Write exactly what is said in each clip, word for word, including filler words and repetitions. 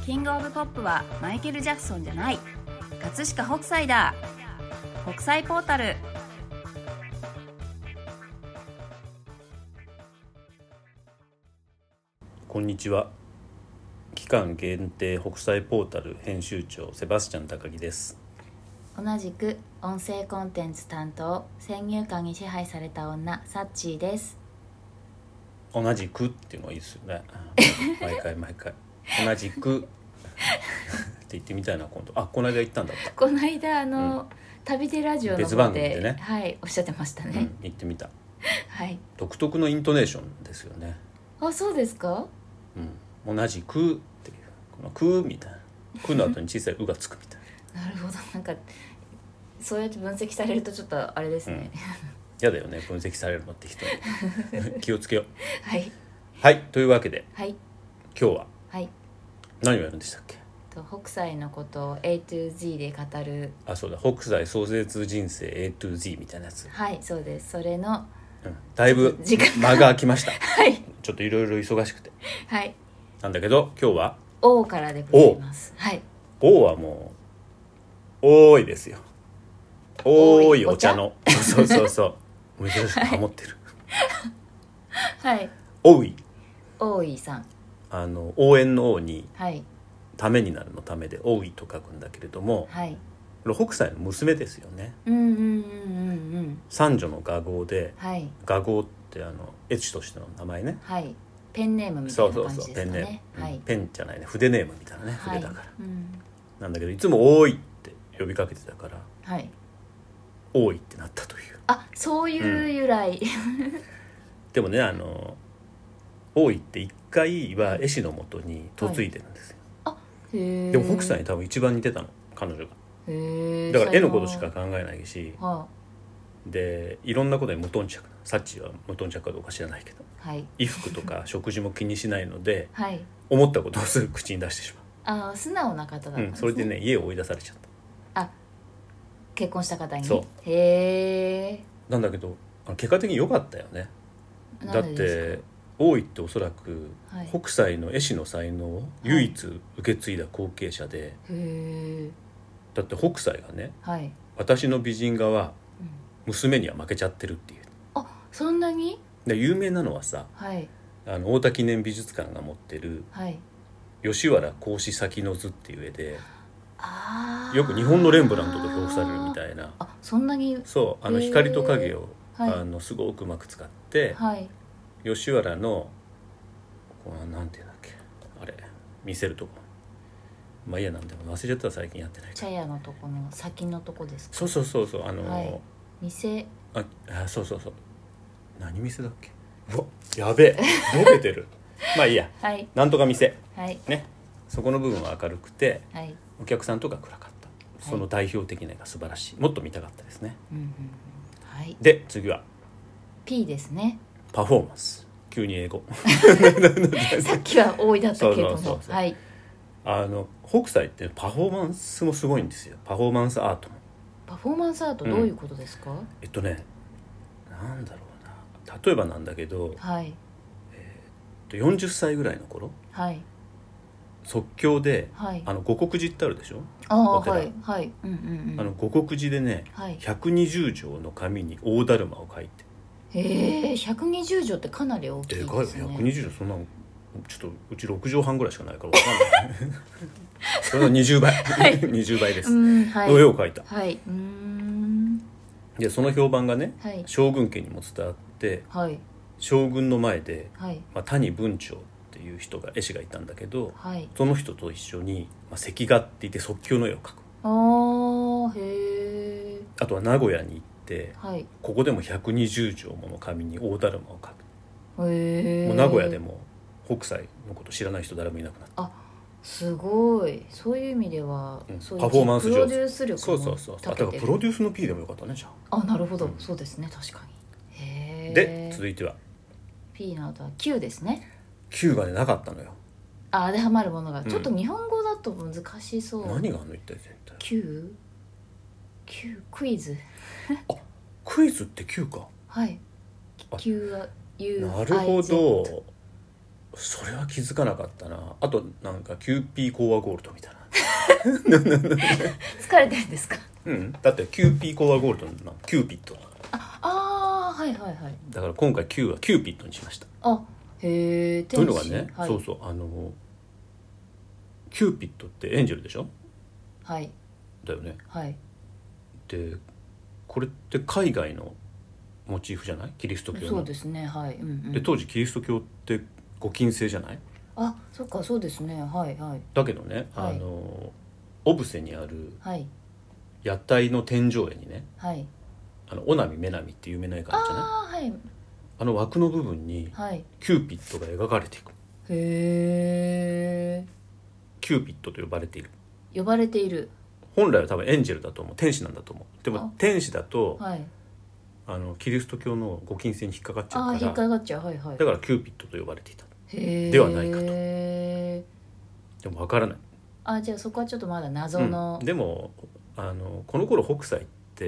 キングオブポップはマイケル・ジャクソンじゃない、葛飾北斎だ。北斎ポータル。 こんにちは。期間限定北斎ポータル編集長セバスチャン高木です。 同じく音声コンテンツ担当、先入観に支配された女サッチーです。 同じくっていうのがいいですよね毎回毎回同じくって言ってみたいな。今度あこの間言ったんだった。 この間あの、うん、旅でラジオの別番組でね、 はいおっしゃってましたね、うん、 言ってみたはい独特のイントネーションですよね。 あそうですか。 うん、同じくっていうこのくみたいなくの後に小さいうがつくみたいななるほど。なんかそうやって分析されるとちょっとあれですね、 嫌、うん、だよね分析されるのって人に気をつけようはいはいというわけで、 はい、 今日ははい何をやるんでしたっけ。 北斎のことを A to Z で語る。 あそうだ北斎創設人生 A to Z みたいなやつ。 はいそうです。それの、 うん、だいぶ間が空きましたはいちょっといろいろ忙しくてはいなんだけど今日は O からでございます。はい O はもう多いですよ。多いお茶のそうそうそう珍しくハモってるはいおいおいさん、 あの応援の王に、 はい、 ためになるのためでおいと書くんだけれども、 はい、 これ北斎の娘ですよね。 うんうんうんうんうん三女の画号で、 はい、 画号ってあの絵師としての名前ね、 はい、ペンネームみたいな感じですかね。 そうそうそうペンネーム、 はい、 ペンじゃないね筆ネームみたいなね、筆だから、 はい、うん、 なんだけどいつも多いって呼びかけてたからはい多いってなったという。 あそういう由来、うん、 でもねあの多いって一回は絵師のもとに嫁いでるんですよ、 はい、あへえ。 でも北斎に多分一番似てたの彼女が。 へだから絵のことしか考えないし、 はあ、 でいろんなことに無頓着なサッチは無頓着かどうか知らないけど、 はい、 衣服とか食事も気にしないので、 はい、 思ったことをすぐ口に出してしまう。あ素直な方だったんですね、 うん、それでね家を追い出されちゃった。 あ結婚した方に。 そうへえ。 なんだけど結果的に良かったよね。だって大井っておそらく、はい、北斎の絵師の才能を唯一受け継いだ後継者で、はい、へだって北斎がね、はい、私の美人画は娘には負けちゃってるっていう、 うん、あそんなにで有名なのはさ、はい、あの太田記念美術館が持ってる、はい、吉原孔子先の図っていう絵で、あよく日本のレンブラントと評されるみたいな。 あそんなに。 そうあの光と影を、はい、あのすごくうまく使って、はい、吉原のこうなんていうんだっけあれ見せるとこまあいいやなんでも忘れちゃったら最近やってないから。 茶屋のとこの先のとこですか。 そうそうそうそうあの、はい、 店あ, あそうそうそう何店だっけ。うわやべえボケてるまあいいや、はい、なんとか店、はいね、そこの部分は明るくて、はい、お客さんとか暗かった、はい、その代表的な絵が素晴らしい。もっと見たかったですね、うんうんうんはい、で次は P ですね。 パフォーマンス。急に英語さっきは多いだったけども、はい、 あの北斎ってパフォーマンスもすごいんですよ。パフォーマンスアートも。 パフォーマンスアートどういうことですか。うん、 えっとねなんだろうな例えばなんだけど、はいえー、っとよんじゅっさいぐらいの頃、はい、即興で、はい、あの五穀寺ってあるでしょ。 あはいはいうんうんうん、 あの五穀寺でね、はい、ひゃくにじゅうじょうの紙に大だるまを書いて。 へえひゃくにじゅうじょうってかなり大きいですね。 でかいよひゃくにじゅうじょうそんなちょっとうちろくじょうはんぐらいしかないから分かんないそれのにじゅうばい、はい、にじゅうばいです、はい、の絵を描いた、はい、うーんでその評判がね、はい、将軍家にも伝わって、はい、将軍の前で、はいまあ、谷文晁っていう人が絵師がいたんだけど、はい、その人と一緒に、まあ、石画って言って即興の絵を描く。あへーあとは名古屋に行って、はい、ここでもひゃくにじゅうじょうもの紙に大だるまを描く。へもう名古屋でも北斎のこと知らない人誰もいなくなった。 あすごいそういう意味では、うん、そういうパフォーマンス上手。 プロデュース力もそうそうそうあだからプロデュースの P でもよかったね。じゃああなるほど、うん、そうですね確かに。へで続いては P の後は Q ですね。 Q がねなかったのよ。 あ当てはまるものが、うん、ちょっと日本語だと難しそう。 何があんの一体全体 Q? Q クイズあクイズって Q か。 はい Q は U なるほどそれは気づかなかったな。あとなんかキューピーコアゴールドみたいな疲れてるんですか？ うん、だってキューピーコアゴールドのキューピッド、 ああはいはいはい。 だから今回 Q はキューピッドにしました。 あへえ。 というのがね、 はい、 そうそうあのキューピッドってエンジェルでしょ。 はいだよね。 はい。 でこれって海外のモチーフじゃない？キリスト教の。 そうですねはい、うんうん、 で当時キリスト教ってご禁制じゃない？ あそっかそうですねはいはい。 だけどね、 はい、 あのオブセにあるはい屋台の天井絵にね、 はい、 あの小波女波っていう有名な絵があるじゃない？ ああはい。 あの枠の部分にキューピッドが描かれていく、 はい、へえ。 キューピッドと呼ばれている。 呼ばれている。 本来は多分エンジェルだと思う、天使なんだと思う。でも天使だとはい、 あのキリスト教のご禁制に引っかかっちゃうから、 あ引っかかっちゃうはいはい。 だからキューピッドと呼ばれていたへではないかと。 でも分からない。 あじゃあそこはちょっとまだ謎の、 うん、でもあのこの頃北斎って、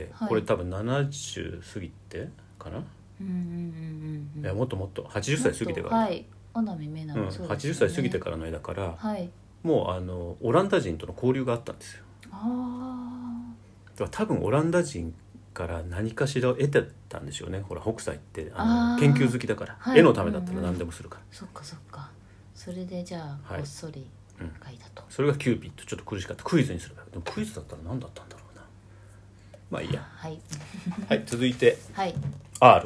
はい、これ多分ななじゅう過ぎてかな、 うんうんうんうん、 いやもっともっとはちじゅっさい過ぎてから、 はい小波目なの、うんね、 はちじゅっさい過ぎてからの絵だから、 はい、 もうあのオランダ人との交流があったんですよ。あだから多分オランダ人から何かしらを得てたんでしょうね。ほら北斎ってあの研究好きだから、はい、絵のためだったら何でもするから、うんうん、 そっかそっか。それでじゃあこっそり書いたと、 うん、それがキューピッド。ちょっと苦しかった。クイズにするから。でもクイズだったら何だったんだろうな。まあいいや。はい、はい、続いて、はい、R。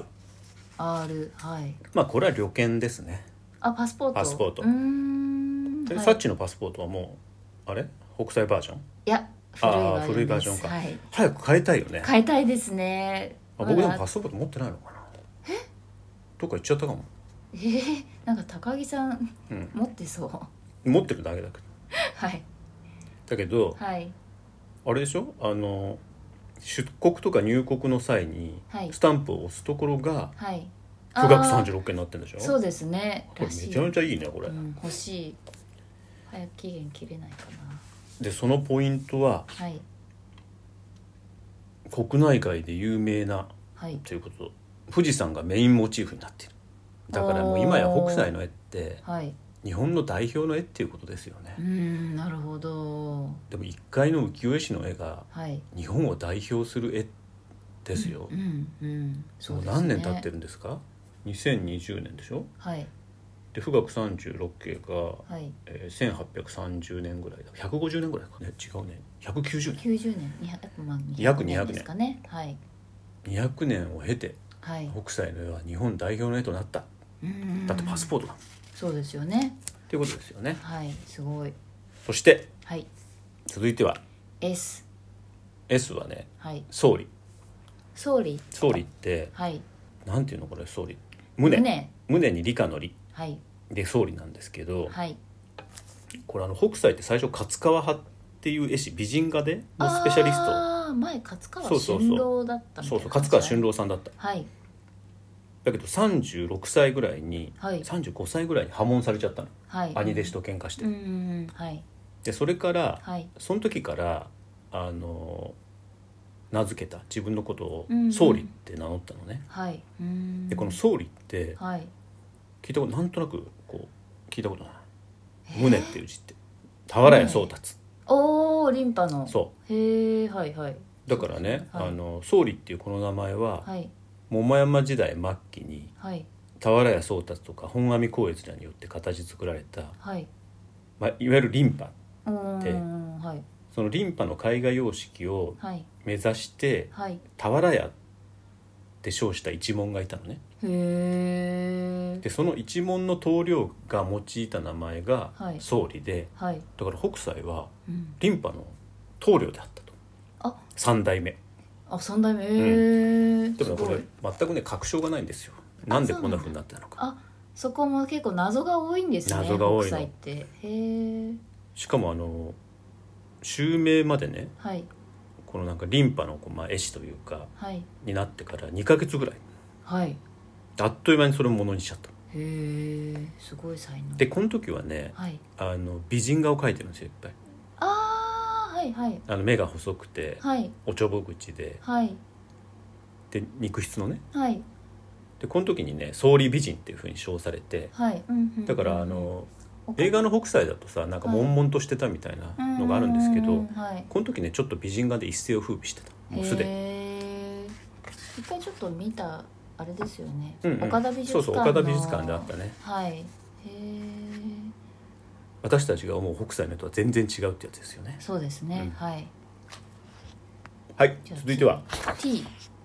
R はい。 まあこれは旅券ですね。 あパスポート。 パスポート。うーんで、はい、サッチのパスポートはもうあれ北斎バージョン？いや古いバージョンです。 あ古いバージョンか、 はい、 早く変えたいよね。 変えたいですね。 あ僕でもパスポート持ってないのかな。えどっか行っちゃったかも。 えー、なんか高木さん、うん、持ってそう。 持ってるだけだけどはいだけど、はい、あれでしょ、あの出国とか入国の際にスタンプを押すところが富岳さんじゅうろっけんになってるんでしょ。 そうですね。 これめちゃめちゃいいねこれ、うん、 欲しい。早く期限切れないかな。 でそのポイントは、はい、国内外で有名な、はい、ということ、富士山がメインモチーフになっている。だからもう今や北斎の絵って、はい、日本の代表の絵っていうことですよね。 うんなるほど。 でも一階の浮世絵師の絵が日本を代表する絵ですよ。うんうんうん、そうですね。何年経ってるんですか？にせんにじゅうねんでしょ。はい。で富岳さんじゅうろっけいが、はいえー、せんはっぴゃくさんじゅうねんぐらいだ。ひゃくごじゅうねんぐらいかね。違うね。ひゃくきゅうじゅうねん。 きゅうじゅうねん、にひゃく、まあ、にひゃくねんですかね。はい。 にひゃくねんを経て、はい、北斎の絵は日本代表の絵となった。うんだってパスポートだ。 そうですよね。 ということですよね。 はいすごい。 そして、 はい、 続いては S。 S はね、はい、総理。 総理総理って、はい、なんていうのこれ総理。 胸胸胸に理科の理、はい、で総理なんですけど、はい、これあの北斎って最初勝川派っていう絵師美人画でのスペシャリスト。 ああ前勝川春郎だったみたいな。 そうそう勝川春郎さんだった。はい。だけどさんじゅうろくさいぐらいに、はい、さんじゅうごさいぐらいに破門されちゃったの、はい、兄弟子と喧嘩して、うんうんはい、でそれから、はい、その時からあの名付けた自分のことを総理って名乗ったのね、うんうんはい、うんでこの総理って、はい、聞いたことなんとなくこう聞いたことない。胸っていう字って俵屋宗達、 おおリンパの。 そうへえはいはい。 だからね、はい、あの総理っていうこの名前は、はい桃山時代末期に、はい、俵屋宗達とか本阿弥光悦らによって形作られた、はいまあ、いわゆる琳派で、はい、その琳派の絵画様式を目指して、はい、俵屋って称した一門がいたのね。へでその一門の棟梁が用いた名前が総理で、はい、だから北斎は琳派の棟梁であったと、うん、あ三代目。 あ三代目、うん、 でもこれ全くね確証がないんですよ。なんでこんな風になったのか。 あそこも結構謎が多いんですね。 謎が多いの。 北斎ってへしかもあの襲名までね、はい、このなんか琳派のこう、まあ、絵師というか、はい、になってからにかげつぐらい、はい、あっという間にそれをものにしちゃった。へえすごい才能。 でこの時はね、はい、あの美人画を描いてるんですよいっぱい。 あはいはい、 あの目が細くて、はい、おちょぼ口で、はい、で肉質のね、はい、 でこの時にね総理美人っていう風に称されて、 はいうんうんうん、 だからあの映画の北斎だとさなんか悶々としてたみたいなのがあるんですけど、はい、この時ねちょっと美人画で一世を風靡してたもうすでに。 へー、一回ちょっと見たあれですよね、 うんうん、 岡田美術館のそうそう岡田美術館であったね。 はい、へー、 私たちが思う北斎のとは全然違うってやつですよね。 そうですね、うん、はいはい続いては T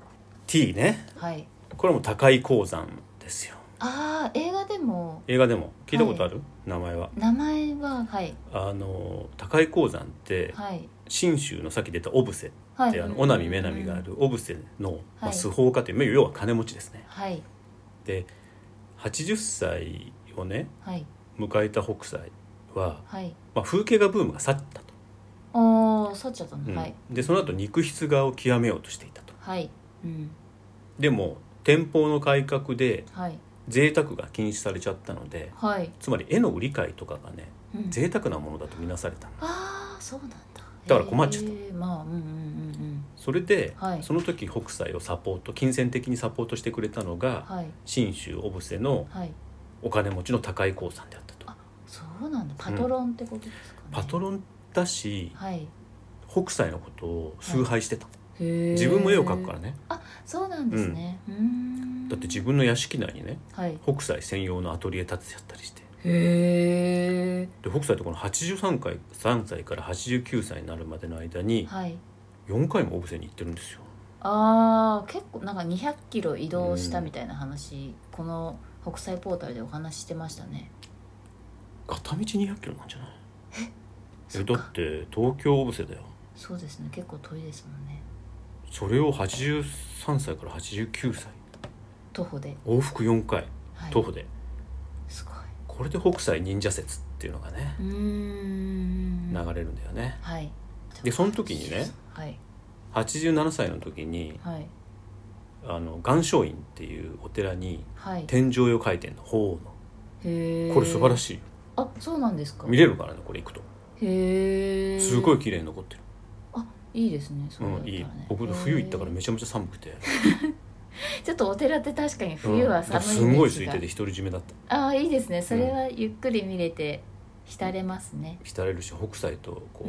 T ね、 はい、 これも高井鉱山ですよ。 ああ映画でも映画でも聞いたことある、はい、名前は名前ははいあの高井鉱山って、はい、信州のさっき出た小布施って、はい、あの小波女波がある小布施の、はいまあ、崇法家という要は金持ちですね、はい、ではちじゅっさいをね、はい、迎えた北斎は、はいまあ、風景画ブームが去ったと。 ああ去っちゃったの、うん、はい、 でその後肉筆画を極めようとしていたと、 はいうん、 でも天保の改革で、はい贅沢が禁止されちゃったので、はい、つまり絵の売り買いとかがね、うん、贅沢なものだとみなされたの。 ああそうなんだ。 だから困っちゃった、 まあうんうんうんうん、 それで、はい、その時北斎をサポート金銭的にサポートしてくれたのが、はい、信州小布施のお金持ちの高井鉱山であったと、 あそうなんだパトロンってことですかね、 うん、パトロンだし、はい、北斎のことを崇拝してた、はい、自分も絵を描くからね。 あそうなんですね、うん、うーんだって自分の屋敷内にね、はい、北斎専用のアトリエ建てちゃったりして、 へで北斎ってこのはちじゅうさんさいからはちじゅうきゅうさいになるまでの間によんかいも小布施に行ってるんですよ。 あー結構なんかにひゃくキロ移動したみたいな話、うん、この北斎ポータルでお話してましたね。 片道にひゃくキロなんじゃない？ええだって東京小布施だよ。 そうですね結構遠いですもんね。 それをはちじゅうさんさいからはちじゅうきゅうさい徒歩で往復よんかい、はい、徒歩で、 すごい。 これで北斎忍者説っていうのがねうーん流れるんだよね、はい、でその時にね、はい、はちじゅうななさいの時に、はい、あの岩松院っていうお寺に天井絵を描いてんの鳳凰の、へーこれ素晴らしい。 あそうなんですか。 見れるからねこれ行くと。 へーすごい綺麗に残ってる。 いいですね。そうだったらね、 うん、いい。僕冬行ったからめちゃめちゃ寒くてちょっとお寺って確かに冬は寒いんですが、うん、 すんごい空いてて独り占めだった。 ああいいですね。それはゆっくり見れて浸れますね、 うん、浸れるし北斎とこう、うん、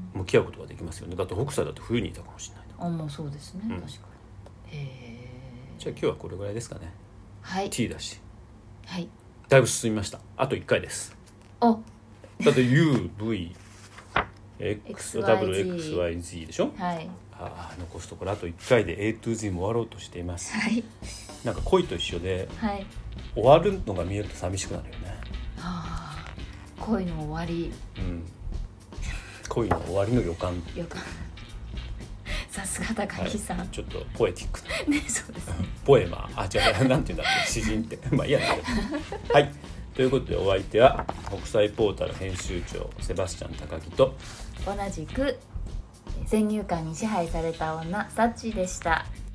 向き合うことができますよね。だって北斎だって冬にいたかもしれない。 あもうそうですね、うん、確かに。へえ。 じゃあ今日はこれぐらいですかね。 はい T だし、 はい、 だいぶ進みました。あといっかいです。 あだって ユーブイエックスダブリューエックスワイゼット でしょ。はい。あ残すところあといっかいで A to Z も終わろうとしています、はい、なんか恋と一緒で、はい、終わるのが見えると寂しくなるよね。 はあ、恋の終わり、 うん、恋の終わりの予感予感さすが高木さん、はい、 ちょっとポエティックなねそうですねポエマーあ違うなんていうんだっけ詩人ってまあいいやなはいということでお相手は北斎ポータル編集長セバスチャン高木と同じく先入観に支配された女サッチーでした。